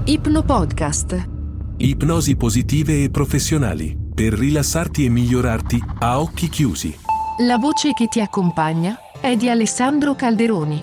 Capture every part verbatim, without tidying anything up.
Ipnopodcast. Ipnosi positive e professionali per rilassarti e migliorarti a occhi chiusi. La voce che ti accompagna è di Alessandro Calderoni.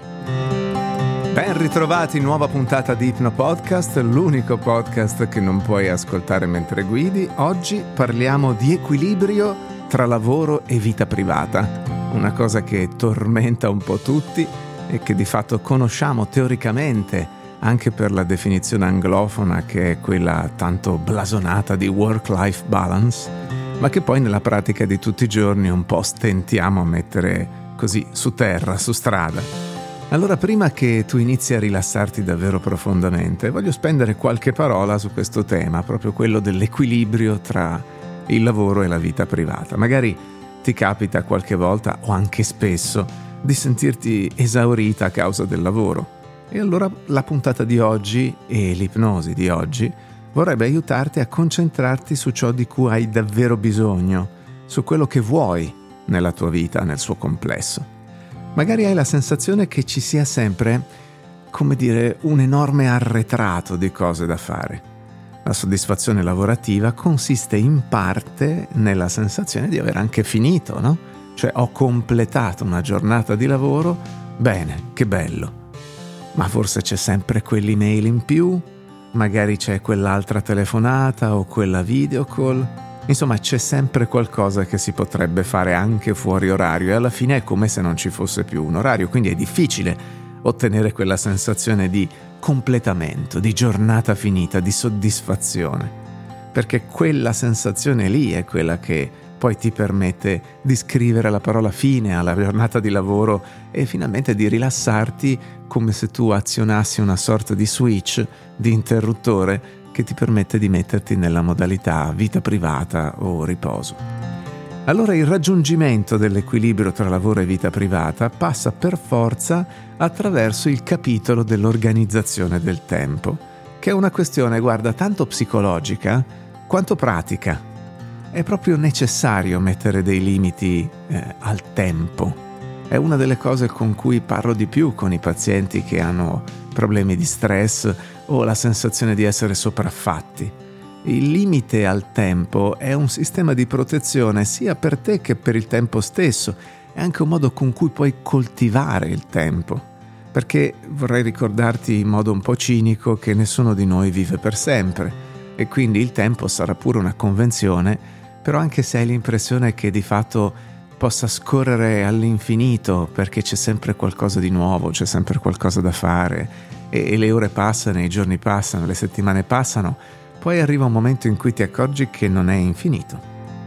Ben ritrovati, nuova puntata di Ipnopodcast, l'unico podcast che non puoi ascoltare mentre guidi. Oggi parliamo di equilibrio tra lavoro e vita privata, una cosa che tormenta un po' tutti e che di fatto conosciamo teoricamente anche per la definizione anglofona, che è quella tanto blasonata di work-life balance, ma che poi nella pratica di tutti i giorni un po' stentiamo a mettere così su terra, su strada. Allora, prima che tu inizi a rilassarti davvero profondamente, voglio spendere qualche parola su questo tema, proprio quello dell'equilibrio tra il lavoro e la vita privata. Magari ti capita qualche volta, o anche spesso, di sentirti esaurita a causa del lavoro. E allora la puntata di oggi e l'ipnosi di oggi vorrebbe aiutarti a concentrarti su ciò di cui hai davvero bisogno, su quello che vuoi nella tua vita, nel suo complesso. Magari hai la sensazione che ci sia sempre, come dire, un enorme arretrato di cose da fare. La soddisfazione lavorativa consiste in parte nella sensazione di aver anche finito, no? Cioè, ho completato una giornata di lavoro, bene, che bello. Ma forse c'è sempre quell'email in più, magari c'è quell'altra telefonata o quella video call. Insomma, c'è sempre qualcosa che si potrebbe fare anche fuori orario e alla fine è come se non ci fosse più un orario, quindi è difficile ottenere quella sensazione di completamento, di giornata finita, di soddisfazione, perché quella sensazione lì è quella che poi ti permette di scrivere la parola fine alla giornata di lavoro e finalmente di rilassarti, come se tu azionassi una sorta di switch, di interruttore che ti permette di metterti nella modalità vita privata o riposo. Allora il raggiungimento dell'equilibrio tra lavoro e vita privata passa per forza attraverso il capitolo dell'organizzazione del tempo, che è una questione, guarda, tanto psicologica quanto pratica. È proprio necessario mettere dei limiti eh, al tempo. È una delle cose con cui parlo di più con i pazienti che hanno problemi di stress o la sensazione di essere sopraffatti. Il limite al tempo è un sistema di protezione sia per te che per il tempo stesso. È anche un modo con cui puoi coltivare il tempo. Perché vorrei ricordarti in modo un po' cinico che nessuno di noi vive per sempre e quindi il tempo sarà pure una convenzione, però anche se hai l'impressione che di fatto possa scorrere all'infinito perché c'è sempre qualcosa di nuovo, c'è sempre qualcosa da fare e, e le ore passano, i giorni passano, le settimane passano, poi arriva un momento in cui ti accorgi che non è infinito.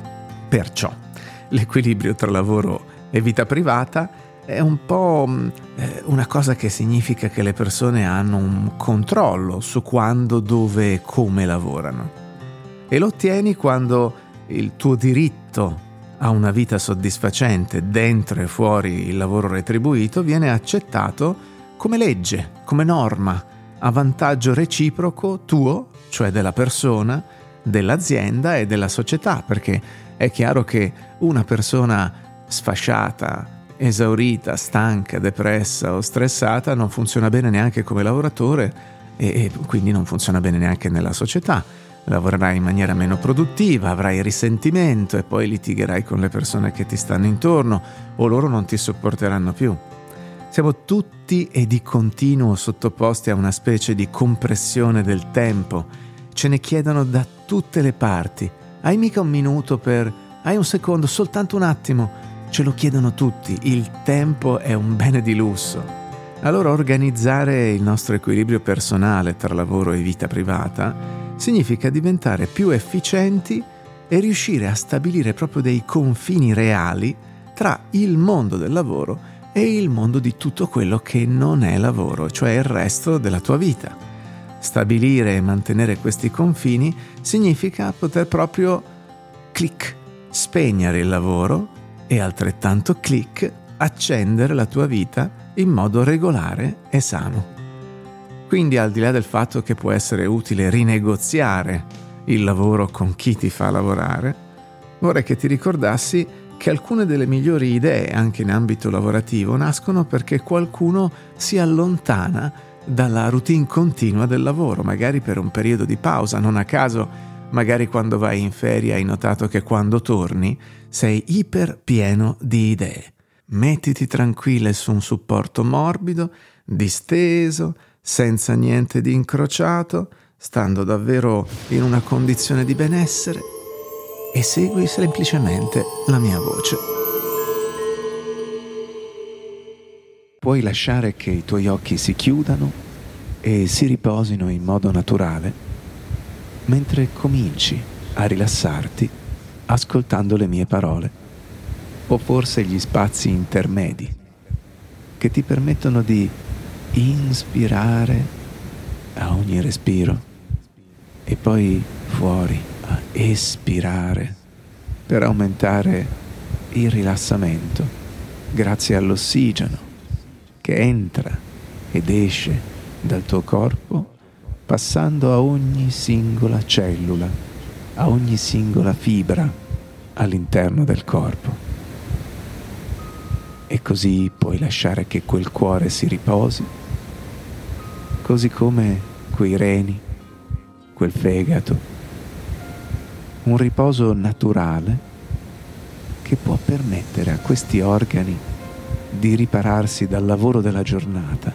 Perciò l'equilibrio tra lavoro e vita privata è un po' eh, una cosa che significa che le persone hanno un controllo su quando, dove e come lavorano. E lo ottieni quando il tuo diritto a una vita soddisfacente dentro e fuori il lavoro retribuito viene accettato come legge, come norma, a vantaggio reciproco tuo, cioè della persona, dell'azienda e della società, perché è chiaro che una persona sfasciata, esaurita, stanca, depressa o stressata non funziona bene neanche come lavoratore e, e quindi non funziona bene neanche nella società. Lavorerai in maniera meno produttiva, avrai risentimento e poi litigherai con le persone che ti stanno intorno o loro non ti sopporteranno più. Siamo tutti e di continuo sottoposti a una specie di compressione del tempo. Ce ne chiedono da tutte le parti. Hai mica un minuto per... Hai un secondo, soltanto un attimo. Ce lo chiedono tutti. Il tempo è un bene di lusso. Allora organizzare il nostro equilibrio personale tra lavoro e vita privata significa diventare più efficienti e riuscire a stabilire proprio dei confini reali tra il mondo del lavoro e il mondo di tutto quello che non è lavoro, cioè il resto della tua vita. Stabilire e mantenere questi confini significa poter proprio clic, spegnere il lavoro e altrettanto clic, accendere la tua vita in modo regolare e sano. Quindi, al di là del fatto che può essere utile rinegoziare il lavoro con chi ti fa lavorare, vorrei che ti ricordassi che alcune delle migliori idee, anche in ambito lavorativo, nascono perché qualcuno si allontana dalla routine continua del lavoro, magari per un periodo di pausa. Non a caso, magari quando vai in ferie hai notato che quando torni sei iper pieno di idee. Mettiti tranquille su un supporto morbido, disteso, senza niente di incrociato, stando davvero in una condizione di benessere, e segui semplicemente la mia voce. Puoi lasciare che i tuoi occhi si chiudano e si riposino in modo naturale mentre cominci a rilassarti ascoltando le mie parole, o forse gli spazi intermedi che ti permettono di inspirare a ogni respiro e poi fuori a espirare per aumentare il rilassamento grazie all'ossigeno che entra ed esce dal tuo corpo, passando a ogni singola cellula, a ogni singola fibra all'interno del corpo. E così puoi lasciare che quel cuore si riposi, così come quei reni, quel fegato, un riposo naturale che può permettere a questi organi di ripararsi dal lavoro della giornata,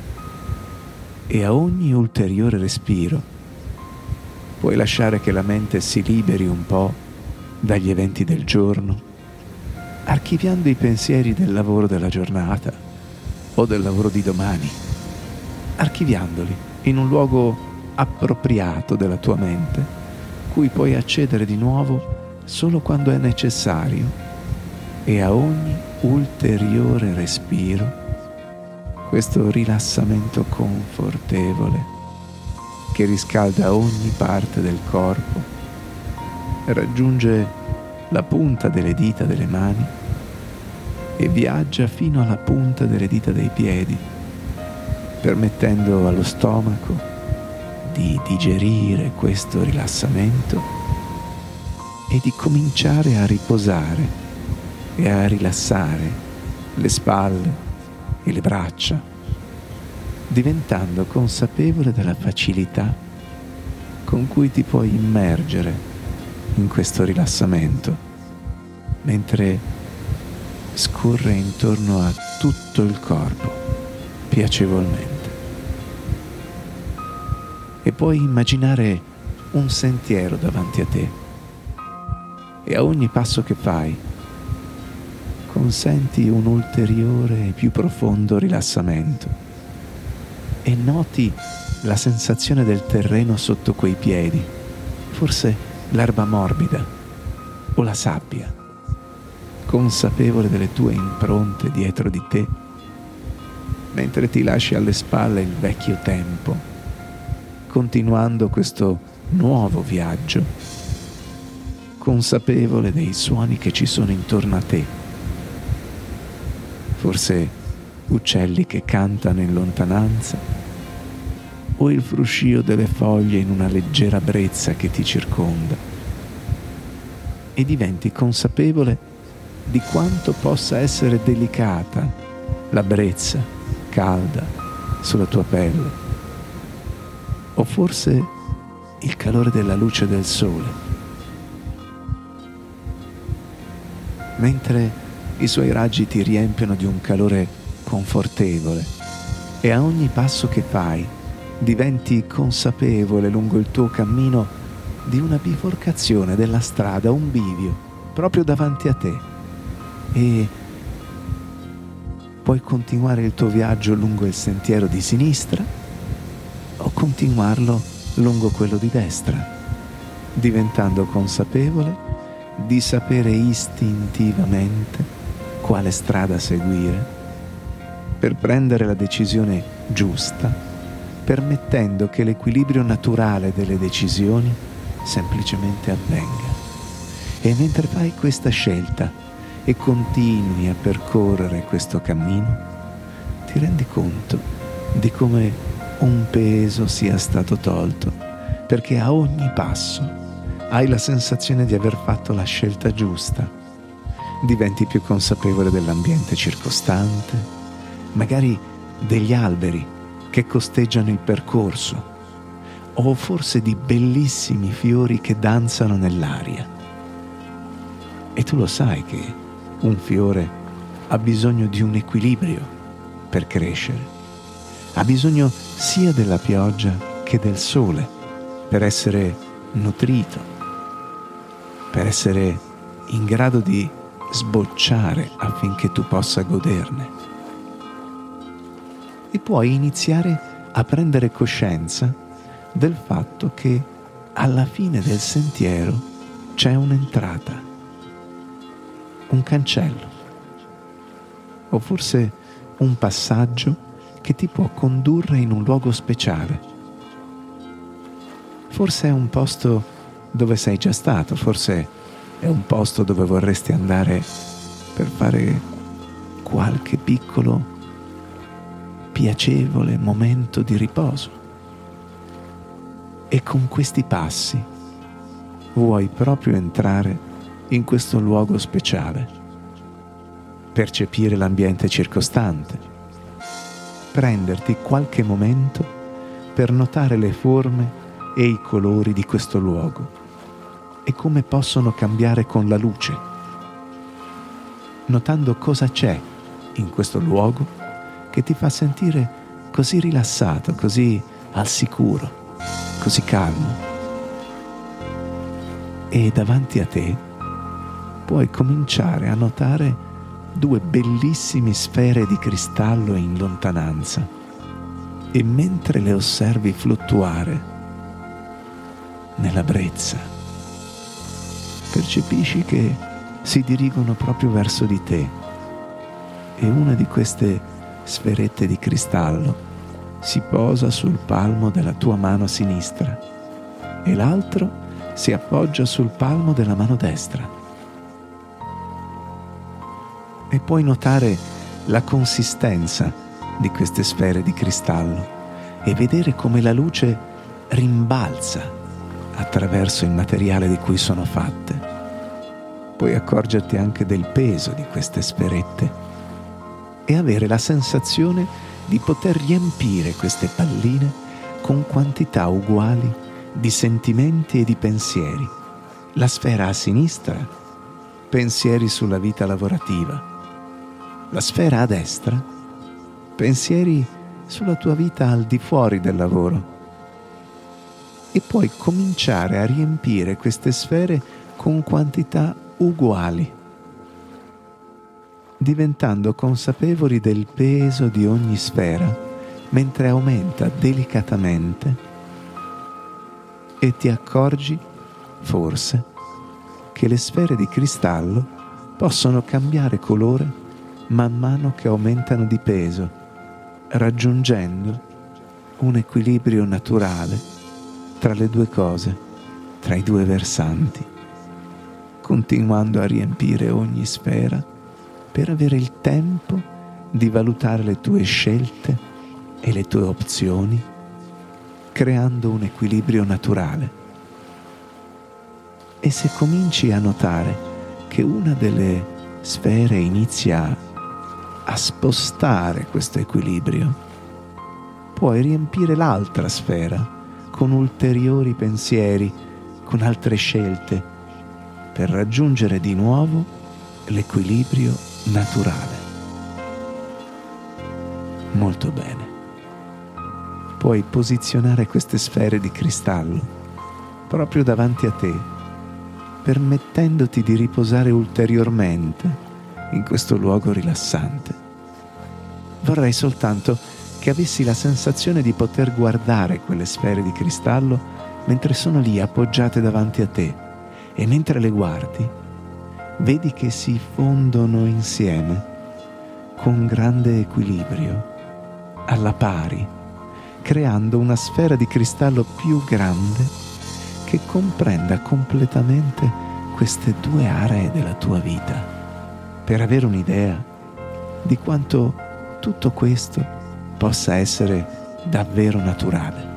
e a ogni ulteriore respiro puoi lasciare che la mente si liberi un po' dagli eventi del giorno, archiviando i pensieri del lavoro della giornata o del lavoro di domani, archiviandoli in un luogo appropriato della tua mente, cui puoi accedere di nuovo solo quando è necessario. E a ogni ulteriore respiro, questo rilassamento confortevole che riscalda ogni parte del corpo, raggiunge la punta delle dita delle mani e viaggia fino alla punta delle dita dei piedi, permettendo allo stomaco di digerire questo rilassamento e di cominciare a riposare e a rilassare le spalle e le braccia, diventando consapevole della facilità con cui ti puoi immergere in questo rilassamento, mentre scorre intorno a tutto il corpo piacevolmente. E puoi immaginare un sentiero davanti a te, e a ogni passo che fai consenti un ulteriore e più profondo rilassamento e noti la sensazione del terreno sotto quei piedi, forse l'erba morbida o la sabbia, consapevole delle tue impronte dietro di te, mentre ti lasci alle spalle il vecchio tempo, continuando questo nuovo viaggio, consapevole dei suoni che ci sono intorno a te. Forse uccelli che cantano in lontananza, o il fruscio delle foglie in una leggera brezza che ti circonda, e diventi consapevole di quanto possa essere delicata la brezza calda sulla tua pelle, o forse il calore della luce del sole, mentre i suoi raggi ti riempiono di un calore confortevole, e a ogni passo che fai diventi consapevole lungo il tuo cammino di una biforcazione della strada, un bivio proprio davanti a te, e puoi continuare il tuo viaggio lungo il sentiero di sinistra o continuarlo lungo quello di destra, diventando consapevole di sapere istintivamente quale strada seguire per prendere la decisione giusta, permettendo che l'equilibrio naturale delle decisioni semplicemente avvenga. E mentre fai questa scelta e continui a percorrere questo cammino, ti rendi conto di come un peso sia stato tolto, perché a ogni passo hai la sensazione di aver fatto la scelta giusta. Diventi più consapevole dell'ambiente circostante, magari degli alberi che costeggiano il percorso, o forse di bellissimi fiori che danzano nell'aria. E tu lo sai che un fiore ha bisogno di un equilibrio per crescere. Ha bisogno sia della pioggia che del sole per essere nutrito, per essere in grado di sbocciare affinché tu possa goderne. E puoi iniziare a prendere coscienza del fatto che alla fine del sentiero c'è un'entrata, un cancello, o forse un passaggio che ti può condurre in un luogo speciale. Forse è un posto dove sei già stato, forse è un posto dove vorresti andare per fare qualche piccolo piacevole momento di riposo. E con questi passi vuoi proprio entrare in questo luogo speciale, percepire l'ambiente circostante, prenderti qualche momento per notare le forme e i colori di questo luogo e come possono cambiare con la luce, notando cosa c'è in questo luogo che ti fa sentire così rilassato, così al sicuro, così calmo. E davanti a te puoi cominciare a notare due bellissime sfere di cristallo in lontananza e mentre le osservi fluttuare nella brezza, percepisci che si dirigono proprio verso di te e una di queste sferette di cristallo si posa sul palmo della tua mano sinistra e l'altro si appoggia sul palmo della mano destra. E puoi notare la consistenza di queste sfere di cristallo e vedere come la luce rimbalza attraverso il materiale di cui sono fatte. Puoi accorgerti anche del peso di queste sferette e avere la sensazione di poter riempire queste palline con quantità uguali di sentimenti e di pensieri. La sfera a sinistra, pensieri sulla vita lavorativa. La sfera a destra, pensieri sulla tua vita al di fuori del lavoro. E puoi cominciare a riempire queste sfere con quantità uguali, diventando consapevoli del peso di ogni sfera mentre aumenta delicatamente e ti accorgi, forse, che le sfere di cristallo possono cambiare colore man mano che aumentano di peso, raggiungendo un equilibrio naturale tra le due cose, tra i due versanti, continuando a riempire ogni sfera per avere il tempo di valutare le tue scelte e le tue opzioni, creando un equilibrio naturale. E se cominci a notare che una delle sfere inizia a spostare questo equilibrio, puoi riempire l'altra sfera con ulteriori pensieri, con altre scelte, per raggiungere di nuovo l'equilibrio naturale. Molto bene. Puoi posizionare queste sfere di cristallo proprio davanti a te, permettendoti di riposare ulteriormente in questo luogo rilassante. Vorrei soltanto che avessi la sensazione di poter guardare quelle sfere di cristallo mentre sono lì appoggiate davanti a te e mentre le guardi vedi che si fondono insieme con grande equilibrio, alla pari, creando una sfera di cristallo più grande che comprenda completamente queste due aree della tua vita, per avere un'idea di quanto tutto questo possa essere davvero naturale.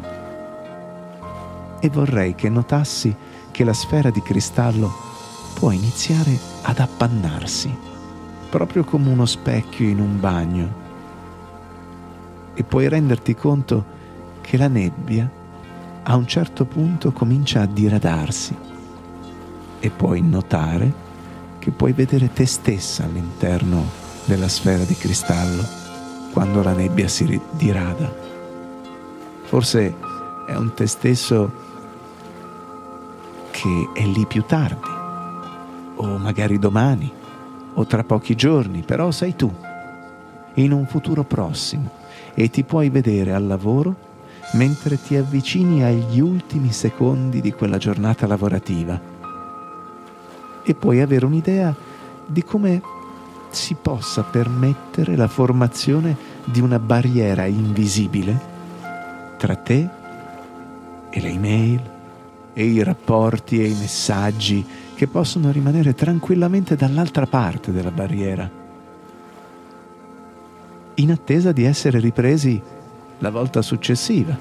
E vorrei che notassi che la sfera di cristallo può iniziare ad appannarsi, proprio come uno specchio in un bagno, e puoi renderti conto che la nebbia a un certo punto comincia a diradarsi e puoi notare che puoi vedere te stessa all'interno della sfera di cristallo quando la nebbia si dirada. Forse è un te stesso che è lì più tardi, o magari domani, o tra pochi giorni, però sei tu, in un futuro prossimo, e ti puoi vedere al lavoro mentre ti avvicini agli ultimi secondi di quella giornata lavorativa e puoi avere un'idea di come si possa permettere la formazione di una barriera invisibile tra te e le email e i rapporti e i messaggi che possono rimanere tranquillamente dall'altra parte della barriera, in attesa di essere ripresi la volta successiva.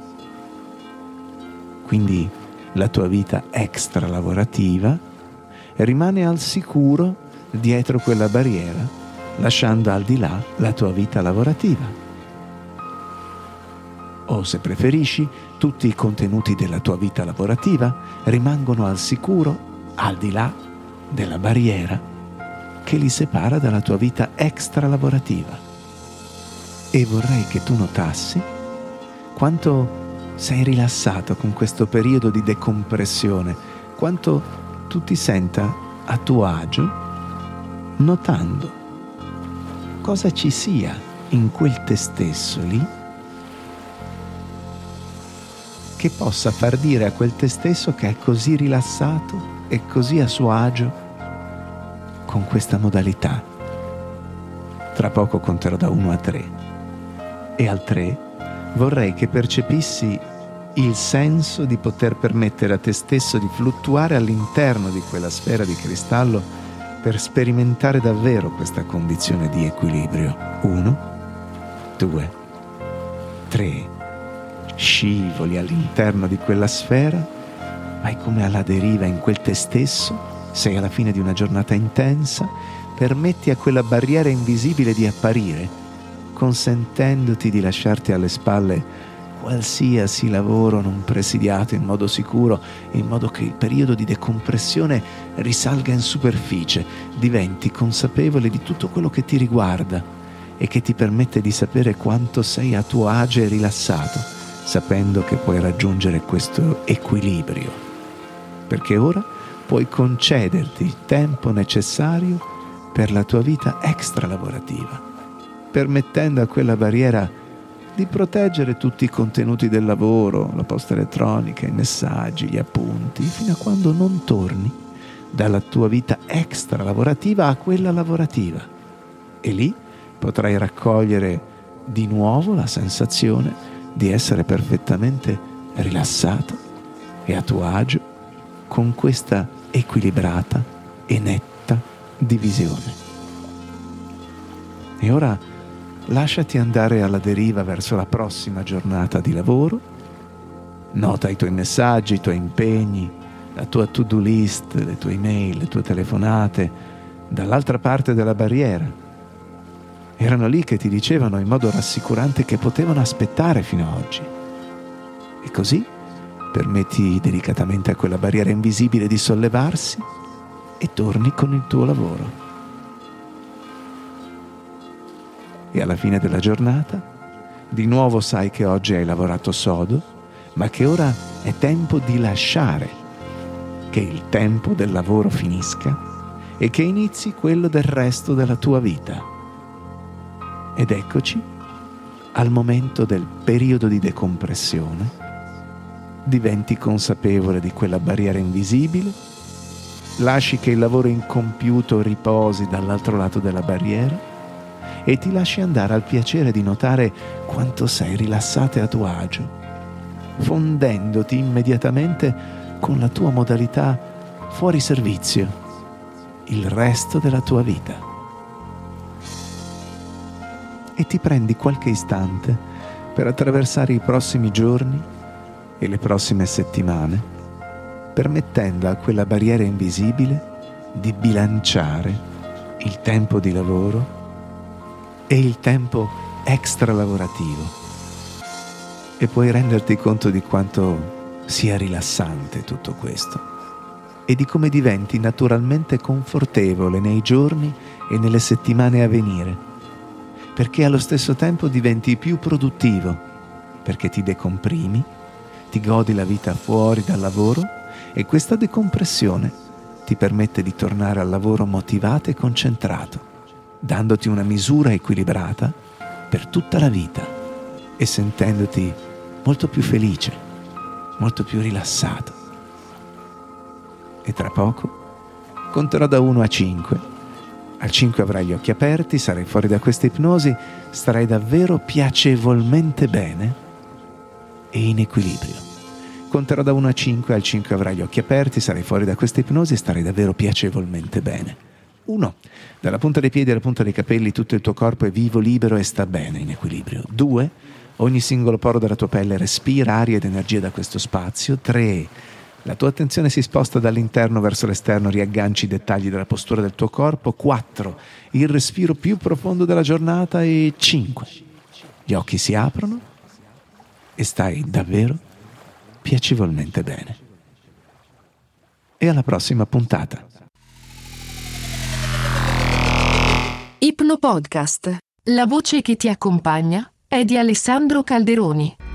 Quindi la tua vita extra lavorativa rimane al sicuro dietro quella barriera, lasciando al di là la tua vita lavorativa. O, se preferisci, tutti i contenuti della tua vita lavorativa rimangono al sicuro al di là della barriera che li separa dalla tua vita extra lavorativa. E vorrei che tu notassi quanto sei rilassato con questo periodo di decompressione, quanto tu ti senta a tuo agio notando cosa ci sia in quel te stesso lì che possa far dire a quel te stesso che è così rilassato e così a suo agio con questa modalità. Tra poco conterò da uno a tre e al tre vorrei che percepissi il senso di poter permettere a te stesso di fluttuare all'interno di quella sfera di cristallo per sperimentare davvero questa condizione di equilibrio. Uno, due, tre. Scivoli all'interno di quella sfera, vai come alla deriva in quel te stesso, sei alla fine di una giornata intensa, permetti a quella barriera invisibile di apparire, consentendoti di lasciarti alle spalle qualsiasi lavoro non presidiato in modo sicuro, in modo che il periodo di decompressione risalga in superficie, diventi consapevole di tutto quello che ti riguarda e che ti permette di sapere quanto sei a tuo agio e rilassato, sapendo che puoi raggiungere questo equilibrio, perché ora puoi concederti il tempo necessario per la tua vita extra lavorativa, permettendo a quella barriera di proteggere tutti i contenuti del lavoro, la posta elettronica, i messaggi, gli appunti, fino a quando non torni dalla tua vita extra lavorativa a quella lavorativa. E lì potrai raccogliere di nuovo la sensazione di essere perfettamente rilassato e a tuo agio con questa equilibrata e netta divisione. E ora lasciati andare alla deriva verso la prossima giornata di lavoro, nota i tuoi messaggi, i tuoi impegni, la tua to-do list, le tue email, le tue telefonate, dall'altra parte della barriera. Erano lì che ti dicevano in modo rassicurante che potevano aspettare fino a oggi. E così permetti delicatamente a quella barriera invisibile di sollevarsi e torni con il tuo lavoro. E alla fine della giornata, di nuovo sai che oggi hai lavorato sodo, ma che ora è tempo di lasciare che il tempo del lavoro finisca e che inizi quello del resto della tua vita. Ed eccoci al momento del periodo di decompressione. Diventi consapevole di quella barriera invisibile, lasci che il lavoro incompiuto riposi dall'altro lato della barriera e ti lasci andare al piacere di notare quanto sei rilassato e a tuo agio, fondendoti immediatamente con la tua modalità fuori servizio il resto della tua vita. E ti prendi qualche istante per attraversare i prossimi giorni e le prossime settimane, permettendo a quella barriera invisibile di bilanciare il tempo di lavoro e il tempo extra lavorativo e puoi renderti conto di quanto sia rilassante tutto questo e di come diventi naturalmente confortevole nei giorni e nelle settimane a venire, perché allo stesso tempo diventi più produttivo, perché ti decomprimi, ti godi la vita fuori dal lavoro e questa decompressione ti permette di tornare al lavoro motivato e concentrato, dandoti una misura equilibrata per tutta la vita e sentendoti molto più felice, molto più rilassato. E tra poco conterò da uno a cinque. Al cinque avrai gli occhi aperti, sarai fuori da questa ipnosi, starai davvero piacevolmente bene e in equilibrio. Conterò da uno a cinque, al cinque avrai gli occhi aperti, sarai fuori da questa ipnosi e starai davvero piacevolmente bene. uno. Dalla punta dei piedi alla punta dei capelli tutto il tuo corpo è vivo, libero e sta bene, in equilibrio. due. Ogni singolo poro della tua pelle respira aria ed energia da questo spazio. tre. La tua attenzione si sposta dall'interno verso l'esterno, riagganci i dettagli della postura del tuo corpo. quattro. Il respiro più profondo della giornata. E cinque. Gli occhi si aprono e stai davvero piacevolmente bene. E alla prossima puntata. Ipno Podcast. La voce che ti accompagna è di Alessandro Calderoni.